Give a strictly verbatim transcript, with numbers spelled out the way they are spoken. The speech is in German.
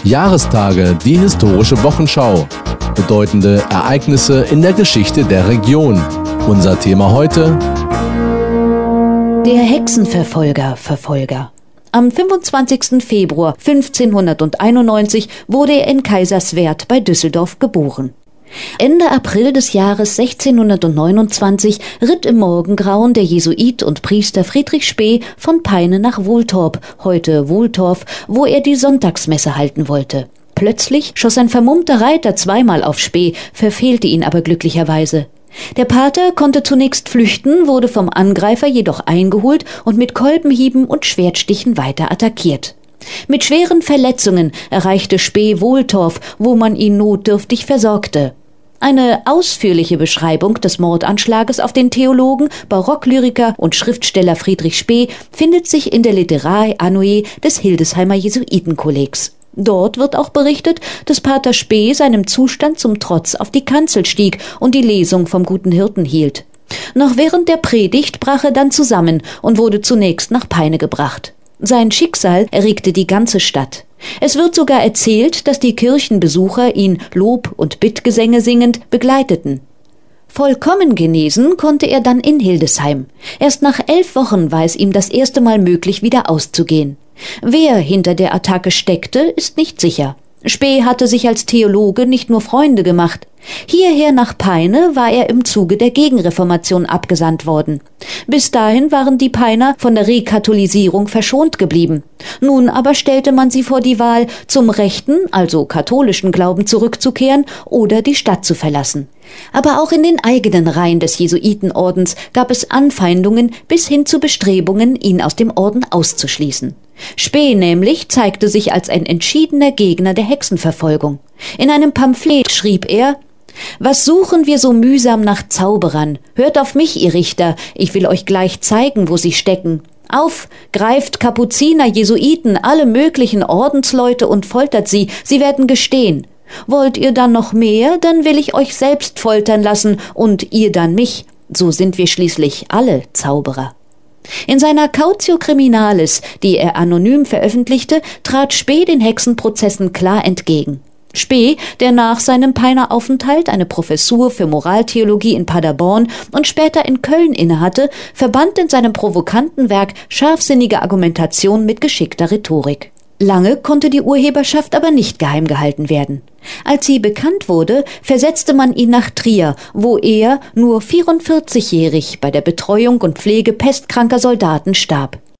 Jahrestage, die historische Wochenschau. Bedeutende Ereignisse in der Geschichte der Region. Unser Thema heute: Der Hexenverfolger, Verfolger. Am fünfundzwanzigsten Februar fünfzehnhunderteinundneunzig wurde er in Kaiserswerth bei Düsseldorf geboren. Ende April des Jahres sechzehnhundertneunundzwanzig ritt im Morgengrauen der Jesuit und Priester Friedrich Spee von Peine nach Wohltorp, heute Wohltorf, wo er die Sonntagsmesse halten wollte. Plötzlich schoss ein vermummter Reiter zweimal auf Spee, verfehlte ihn aber glücklicherweise. Der Pater konnte zunächst flüchten, wurde vom Angreifer jedoch eingeholt und mit Kolbenhieben und Schwertstichen weiter attackiert. Mit schweren Verletzungen erreichte Spee Wohltorf, wo man ihn notdürftig versorgte. Eine ausführliche Beschreibung des Mordanschlages auf den Theologen, Barocklyriker und Schriftsteller Friedrich Spee findet sich in der Literae Annuae des Hildesheimer Jesuitenkollegs. Dort wird auch berichtet, dass Pater Spee seinem Zustand zum Trotz auf die Kanzel stieg und die Lesung vom guten Hirten hielt. Noch während der Predigt brach er dann zusammen und wurde zunächst nach Peine gebracht. Sein Schicksal erregte die ganze Stadt. Es wird sogar erzählt, dass die Kirchenbesucher ihn Lob- und Bittgesänge singend begleiteten. Vollkommen genesen konnte er dann in Hildesheim. Erst nach elf Wochen war es ihm das erste Mal möglich, wieder auszugehen. Wer hinter der Attacke steckte, ist nicht sicher. Spee hatte sich als Theologe nicht nur Freunde gemacht. Hierher nach Peine war er im Zuge der Gegenreformation abgesandt worden. Bis dahin waren die Peiner von der Rekatholisierung verschont geblieben. Nun aber stellte man sie vor die Wahl, zum rechten, also katholischen Glauben zurückzukehren oder die Stadt zu verlassen. Aber auch in den eigenen Reihen des Jesuitenordens gab es Anfeindungen bis hin zu Bestrebungen, ihn aus dem Orden auszuschließen. Spee nämlich zeigte sich als ein entschiedener Gegner der Hexenverfolgung. In einem Pamphlet schrieb er: »Was suchen wir so mühsam nach Zauberern? Hört auf mich, ihr Richter, ich will euch gleich zeigen, wo sie stecken. Auf, greift Kapuziner, Jesuiten, alle möglichen Ordensleute und foltert sie, sie werden gestehen. Wollt ihr dann noch mehr, dann will ich euch selbst foltern lassen und ihr dann mich. So sind wir schließlich alle Zauberer.« In seiner Cautio Criminalis, die er anonym veröffentlichte, trat Spee den Hexenprozessen klar entgegen. Spee, der nach seinem Peiner Aufenthalt eine Professur für Moraltheologie in Paderborn und später in Köln innehatte, verband in seinem provokanten Werk scharfsinnige Argumentation mit geschickter Rhetorik. Lange konnte die Urheberschaft aber nicht geheim gehalten werden. Als sie bekannt wurde, versetzte man ihn nach Trier, wo er, nur vierundvierzigjährig, bei der Betreuung und Pflege pestkranker Soldaten starb.